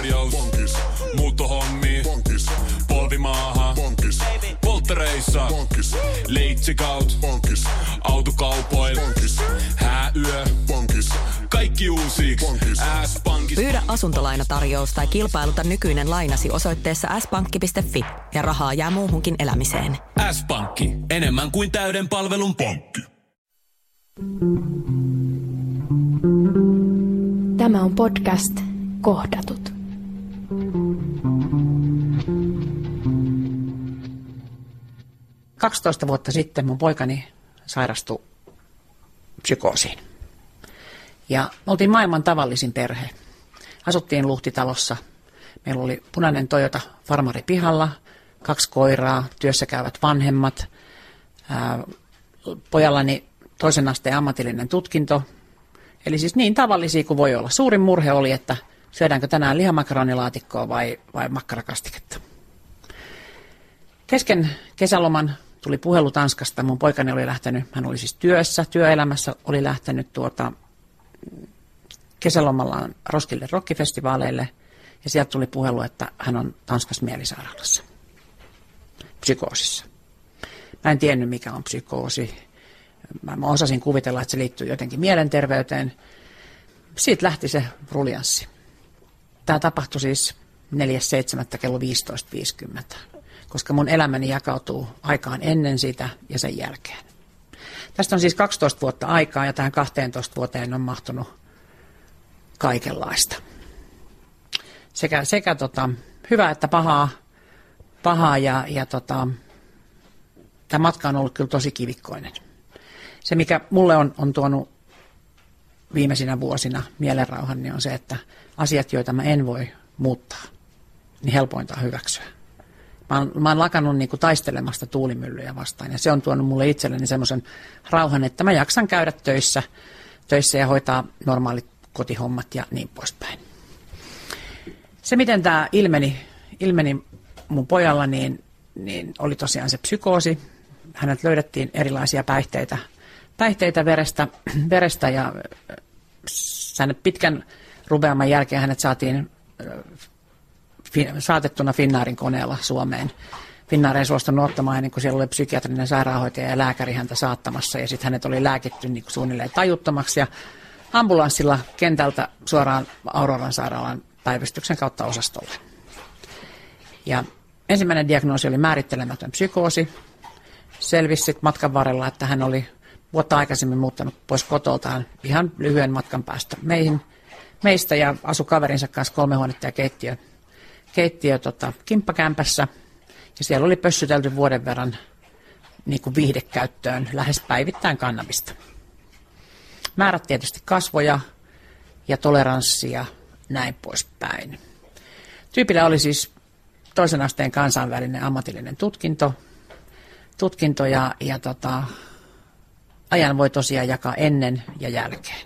tarjous. Bonkis. Muuttohommi. Bonkis. Polvimaaha. Bonkis. Polttereissa. Bonkis. Leitsikaut. Bonkis. Autokaupoil. Bonkis. Hääyö. Bonkis. Kaikki uusiiksi. S-pankki. Pyydä asuntolainatarjous tai kilpailuta nykyinen lainasi osoitteessa s-pankki.fi ja rahaa jää muuhunkin elämiseen. S-pankki. Enemmän kuin täyden palvelun pankki. Tämä on podcast Kohdatut. Kaksitoista vuotta sitten mun poikani sairastui psykoosiin. Ja me oltiin maailman tavallisin perhe. Asuttiin Luhtitalossa. Meillä oli punainen Toyota Farmari pihalla, 2 koiraa, työssä käyvät vanhemmat. Pojallani toisen asteen ammatillinen tutkinto. Eli siis niin tavallisia kuin voi olla. Suurin murhe oli, että syödäänkö tänään lihamakaroniilaatikkoa vai makkarakastiketta. Kesken kesäloman tuli puhelu Tanskasta. Mun poikani oli lähtenyt, hän oli siis työelämässä, oli lähtenyt kesälomallaan Roskilde rockifestivaaleille. Ja sieltä tuli puhelu, että hän on Tanskassa mielisairaalassa, psykoosissa. Mä en tiennyt, mikä on psykoosi. Mä osasin kuvitella, että se liittyy jotenkin mielenterveyteen. Siitä lähti se ruljanssi. Tämä tapahtui siis 4.7. kello 15.50, koska mun elämäni jakautuu aikaan ennen sitä ja sen jälkeen. Tästä on siis 12 vuotta aikaa ja tähän 12 vuoteen on mahtunut kaikenlaista. Sekä hyvää että pahaa ja tämä matka on ollut kyllä tosi kivikkoinen. Se, mikä mulle on tuonut viimeisinä vuosina mielenrauhan, niin on se, että joita mä en voi muuttaa, niin helpointa on hyväksyä. Mä oon lakannut niin kuin taistelemasta tuulimyllyjä vastaan, ja se on tuonut mulle itselleni semmoisen rauhan, että mä jaksan käydä töissä ja hoitaa normaalit kotihommat ja niin poispäin. Se, miten tämä ilmeni mun pojalla, niin oli tosiaan se psykoosi. Hänet löydettiin erilaisia päihteitä verestä ja pitkän rupeaman jälkeen hänet saatiin saatettuna Finnairin koneella Suomeen. Finnair ei suostunut ottamaan ennen kuin siellä oli psykiatrinen sairaanhoitaja ja lääkäri häntä saattamassa, ja sitten hänet oli lääkitty niin kuin suunnilleen tajuttomaksi ja ambulanssilla kentältä suoraan Auroran sairaalan päivystyksen kautta osastolle. Ja ensimmäinen diagnoosi oli määrittelemätön psykoosi. Selvisi sitten matkan varrella, että hän oli vuotta aikaisemmin muuttanut pois kotoltaan ihan lyhyen matkan päästä meistä ja asui kaverinsa kanssa 3 huonetta ja keittiö kimppakämpässä. Ja siellä oli pössytelty vuoden verran niin kuin viihdekäyttöön lähes päivittäin kannabista. Määrät tietysti kasvoja ja toleranssia näin poispäin. Tyypillä oli siis toisen asteen kansainvälinen ammatillinen tutkinto ja ajan voi tosiaan jakaa ennen ja jälkeen.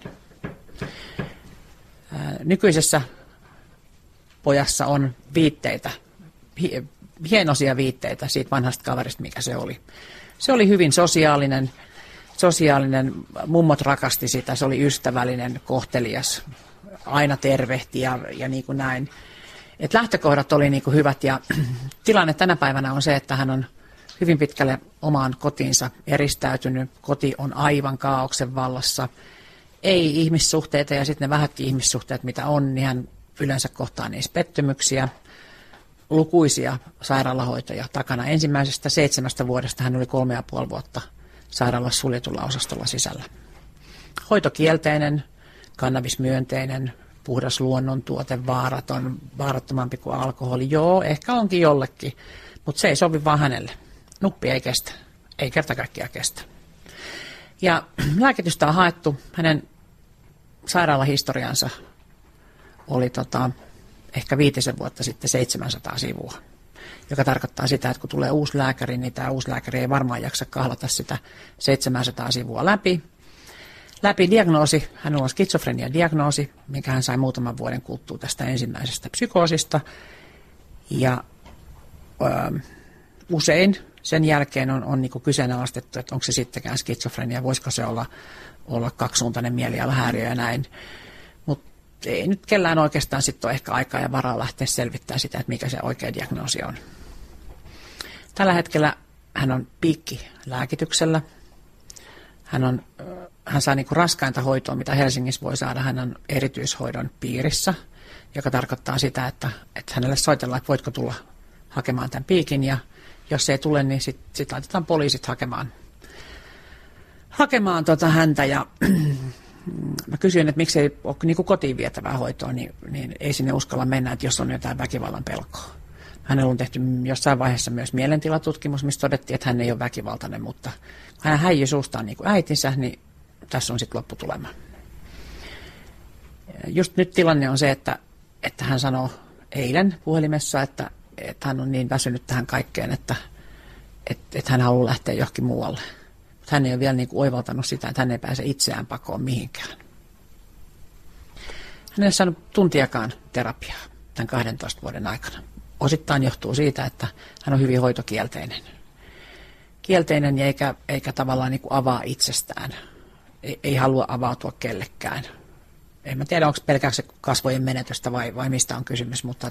Nykyisessä pojassa on viitteitä, hienoisia viitteitä siitä vanhasta kaverista, mikä se oli. Se oli hyvin sosiaalinen, mummot rakasti sitä, se oli ystävällinen, kohtelias, aina tervehti ja niin kuin näin. Et lähtökohdat oli niin kuin hyvät ja tilanne tänä päivänä on se, että hän on hyvin pitkälle omaan kotiinsa eristäytynyt. Koti on aivan kaaoksen vallassa. Ei ihmissuhteita ja sitten ne vähätkin ihmissuhteet, mitä on, niin hän yleensä kohtaa niissä pettymyksiä. Lukuisia sairaalahoitoja takana. Ensimmäisestä 7 vuodesta hän oli 3,5 vuotta sairaalassa suljetulla osastolla sisällä. Hoitokielteinen, kannabismyönteinen, puhdas luonnontuote, vaarattomampi kuin alkoholi. Joo, ehkä onkin jollekin, mutta se ei sovi vaan hänelle. Nuppi ei kestä, ei kerta kaikkiaan kestä. Ja lääkitystä on haettu. Hänen sairaalahistoriansa oli ehkä 5 vuotta sitten 700 sivua, joka tarkoittaa sitä, että kun tulee uusi lääkäri, niin tämä uusi lääkäri ei varmaan jaksa kahlata sitä 700 sivua läpi. Diagnoosi, hänellä on skitsofrenia-diagnoosi, minkä hän sai muutaman vuoden kuluttua tästä ensimmäisestä psykoosista. Ja usein sen jälkeen on niin kuin kyseenalaistettu, että onko se sittenkään skitsofrenia, voisiko se olla kaksisuuntainen mielialahäiriö ja näin. Mutta ei nyt kellään oikeastaan sitten ole ehkä aikaa ja varaa lähteä selvittämään sitä, että mikä se oikea diagnoosi on. Tällä hetkellä hän on piikkilääkityksellä. Hän saa niin kuin raskainta hoitoa, mitä Helsingissä voi saada. Hän on erityishoidon piirissä, joka tarkoittaa sitä, että hänelle soitellaan, että voitko tulla hakemaan tämän piikin. Ja jos ei tule, niin sitten laitetaan poliisit hakemaan häntä. Ja mä kysyin, että miksei ole niin kuin kotiin vietävää hoitoa, niin ei sinne uskalla mennä, että jos on jotain väkivallan pelkoa. Hänellä on tehty jossain vaiheessa myös mielentilatutkimus, missä todettiin, että hän ei ole väkivaltainen, mutta hän häijy suustaan niin kuin äitinsä, niin tässä on sitten lopputulema. Just nyt tilanne on se, että hän sanoi eilen puhelimessa, että hän on niin väsynyt tähän kaikkeen, että hän haluaa lähteä johonkin muualle. Mutta hän ei ole vielä niin kuin oivaltanut sitä, että hän ei pääse itseään pakoon mihinkään. Hän ei ole saanut tuntiakaan terapiaa tämän 12 vuoden aikana. Osittain johtuu siitä, että hän on hyvin hoitokielteinen. Kielteinen eikä tavallaan niin kuin avaa itsestään. Ei halua avautua kellekään. En mä tiedä, onko pelkäksi kasvojen menetystä vai mistä on kysymys, mutta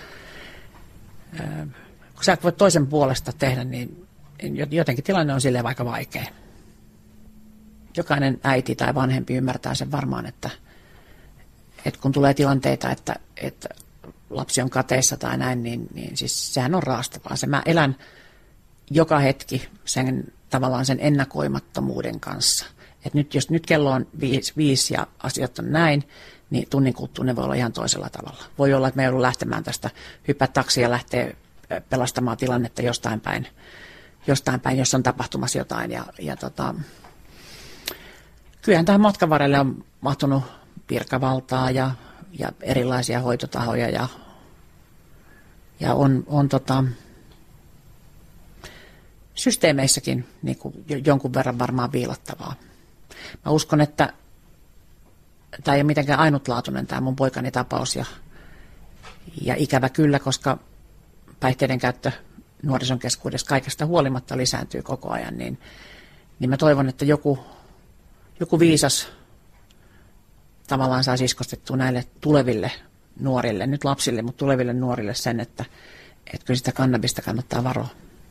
kun sä et voi toisen puolesta tehdä, niin jotenkin tilanne on silleen aika vaikea. Jokainen äiti tai vanhempi ymmärtää sen varmaan, että kun tulee tilanteita, että lapsi on kateissa tai näin, niin siis sehän on raastavaa. Mä elän joka hetki tavallaan sen ennakoimattomuuden kanssa. Että jos nyt kello on 5 ja asiat on näin, niin tunnin kuluttua ne voi olla ihan toisella tavalla. Voi olla, että me joudun lähtemään tästä, hyppää taksi ja lähteä pelastamaan tilannetta jostain päin, jos on tapahtumassa jotain. Kyllähän tähän matkan varrelle on mahtunut virkavaltaa ja erilaisia hoitotahoja ja on systeemeissäkin niin kuin jonkun verran varmaan viilattavaa. Mä uskon, että tämä ei ole mitenkään ainutlaatuinen tämä mun poikani tapaus ja ikävä kyllä, koska päihteiden käyttö nuorison keskuudessa kaikesta huolimatta lisääntyy koko ajan, niin mä toivon, että joku viisas tavallaan saa iskostettua näille tuleville nuorille, nyt lapsille, mutta tuleville nuorille sen, että kyllä sitä kannabista kannattaa varoa.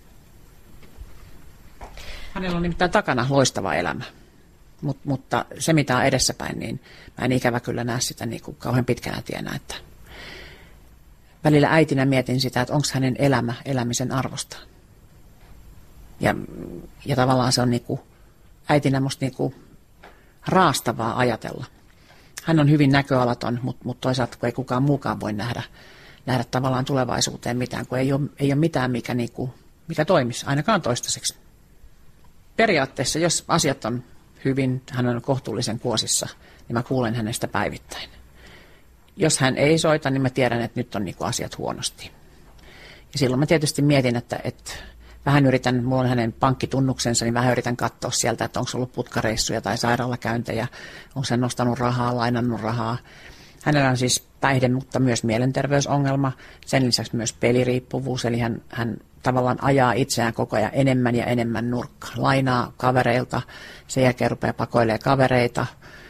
Hänellä on nimittäin takana loistava elämä, mutta se mitä on edessäpäin, niin mä en ikävä kyllä näe sitä niin kuin kauhean pitkänä tienä, että välillä äitinä mietin sitä, että onko hänen elämä elämisen arvosta. Ja tavallaan se on niin kuin äitinä musta niin kuin raastavaa ajatella. Hän on hyvin näköalaton, mutta toisaalta kun ei kukaan muukaan voi nähdä tavallaan tulevaisuuteen mitään, kun ei ole mitään, mikä toimisi, ainakaan toistaiseksi. Periaatteessa, jos asiat on hyvin, hän on kohtuullisen kuosissa, niin mä kuulen hänestä päivittäin. Jos hän ei soita, niin mä tiedän, että nyt on asiat huonosti. Ja silloin mä tietysti mietin, että vähän yritän, mulla on hänen pankkitunnuksensa, niin vähän yritän katsoa sieltä, että onko ollut putkareissuja tai sairaalakäyntejä, onko hän nostanut rahaa, lainannut rahaa. Hänellä on siis päihde, mutta myös mielenterveysongelma, sen lisäksi myös peliriippuvuus, eli hän tavallaan ajaa itseään koko ajan enemmän ja enemmän nurkkaan. Lainaa kavereilta, sen jälkeen rupeaa pakoilemaan kavereita.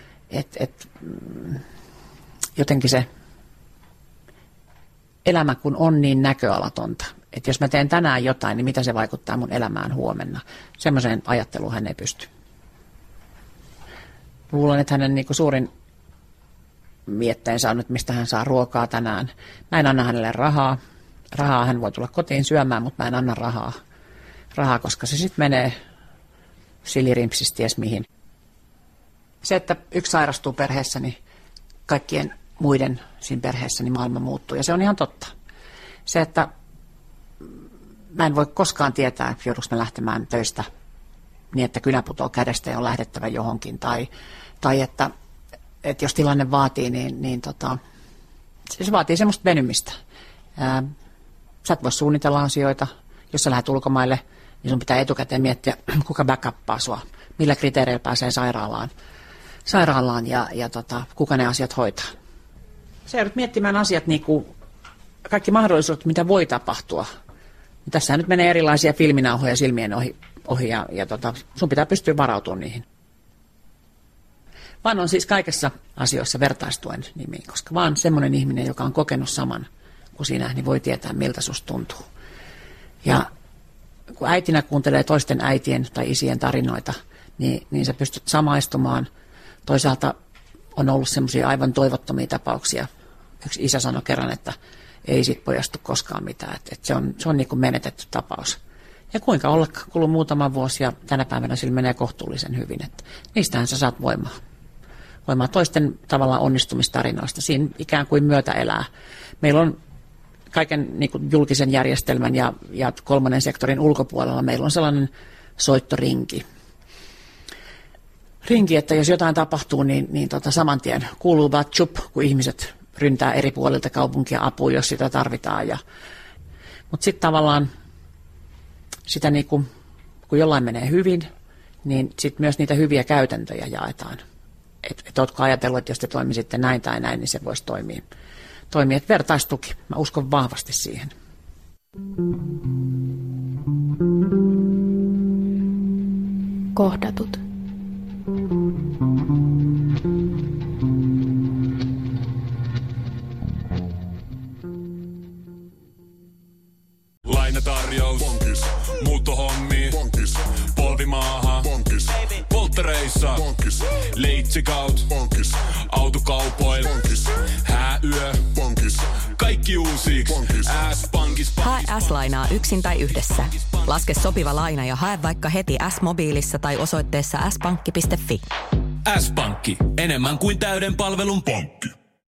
Jotenkin se elämä kun on niin näköalatonta, että jos mä teen tänään jotain, niin mitä se vaikuttaa mun elämään huomenna. Semmoiseen ajatteluun hän ei pysty. Luulen, että hänen suurin mietteensä on, että mistä hän saa ruokaa tänään. Mä en anna hänelle rahaa. Rahaa hän voi tulla kotiin syömään, mutta mä en anna rahaa, koska se sitten menee silirimpsistä ties mihin. Se, että yksi sairastuu perheessä, niin kaikkien muiden siinä perheessä niin maailma muuttuu. Ja se on ihan totta. Se, että mä en voi koskaan tietää, että joudunko mä lähtemään töistä niin, että kynä putoo kädestä ja on lähdettävä johonkin. Tai että jos tilanne vaatii, niin se vaatii semmoista venymistä. Sä et voi suunnitella asioita. Jos sä lähdet ulkomaille, niin sun pitää etukäteen miettiä, kuka backuppaa sua, millä kriteereillä pääsee sairaalaan ja kuka ne asiat hoitaa. Sä joudut miettimään asiat niin kuin kaikki mahdollisuudet, mitä voi tapahtua. Tässä nyt menee erilaisia filminauhoja silmien ohi ja sun pitää pystyä varautumaan niihin. Vaan on siis kaikessa asioissa vertaistuen nimi, koska vaan semmoinen ihminen, joka on kokenut saman kuin sinä, niin voi tietää, miltä susta tuntuu. Ja kun äitinä kuuntelee toisten äitien tai isien tarinoita, niin sä pystyt samaistumaan. Toisaalta on ollut semmoisia aivan toivottomia tapauksia. Yksi isä sanoi kerran, että ei sit pojastu koskaan mitään, että se on niin kuin menetetty tapaus. Ja kuinka ollakaan, kuluu muutama vuosi ja tänä päivänä sillä menee kohtuullisen hyvin, että niistähän sä saat voimaa toisten tavallaan onnistumistarinoista. Siinä ikään kuin myötä elää. Meillä on kaiken niin kuin julkisen järjestelmän ja kolmannen sektorin ulkopuolella meillä on sellainen soittorinki. Että jos jotain tapahtuu, niin saman tien kuuluu vaan chup, kun ihmiset ryntää eri puolilta kaupunkia apua, jos sitä tarvitaan. Mutta sitten tavallaan sitä niin kun jollain menee hyvin, niin sitten myös niitä hyviä käytäntöjä jaetaan. Että oletko ajatellut, että jos te toimisitte näin tai näin, niin se voisi toimia. Että vertaistuki. Mä uskon vahvasti siihen. Kohdatut. Lainatarjous. Bonkis. Muuttohommi. Bonkis. Polvimaaha. Bonkis. Polttereissa. Bonkis. Leitsikaut. Bonkis. Autokaupoil. Bonkis. Hääyö. Bonkis. Kaikki uusiiksi. S-pankis. Hae S-lainaa yksin tai yhdessä. Laske sopiva laina ja hae vaikka heti S-mobiilissa tai osoitteessa s-pankki.fi. S-pankki. Enemmän kuin täyden palvelun pankki.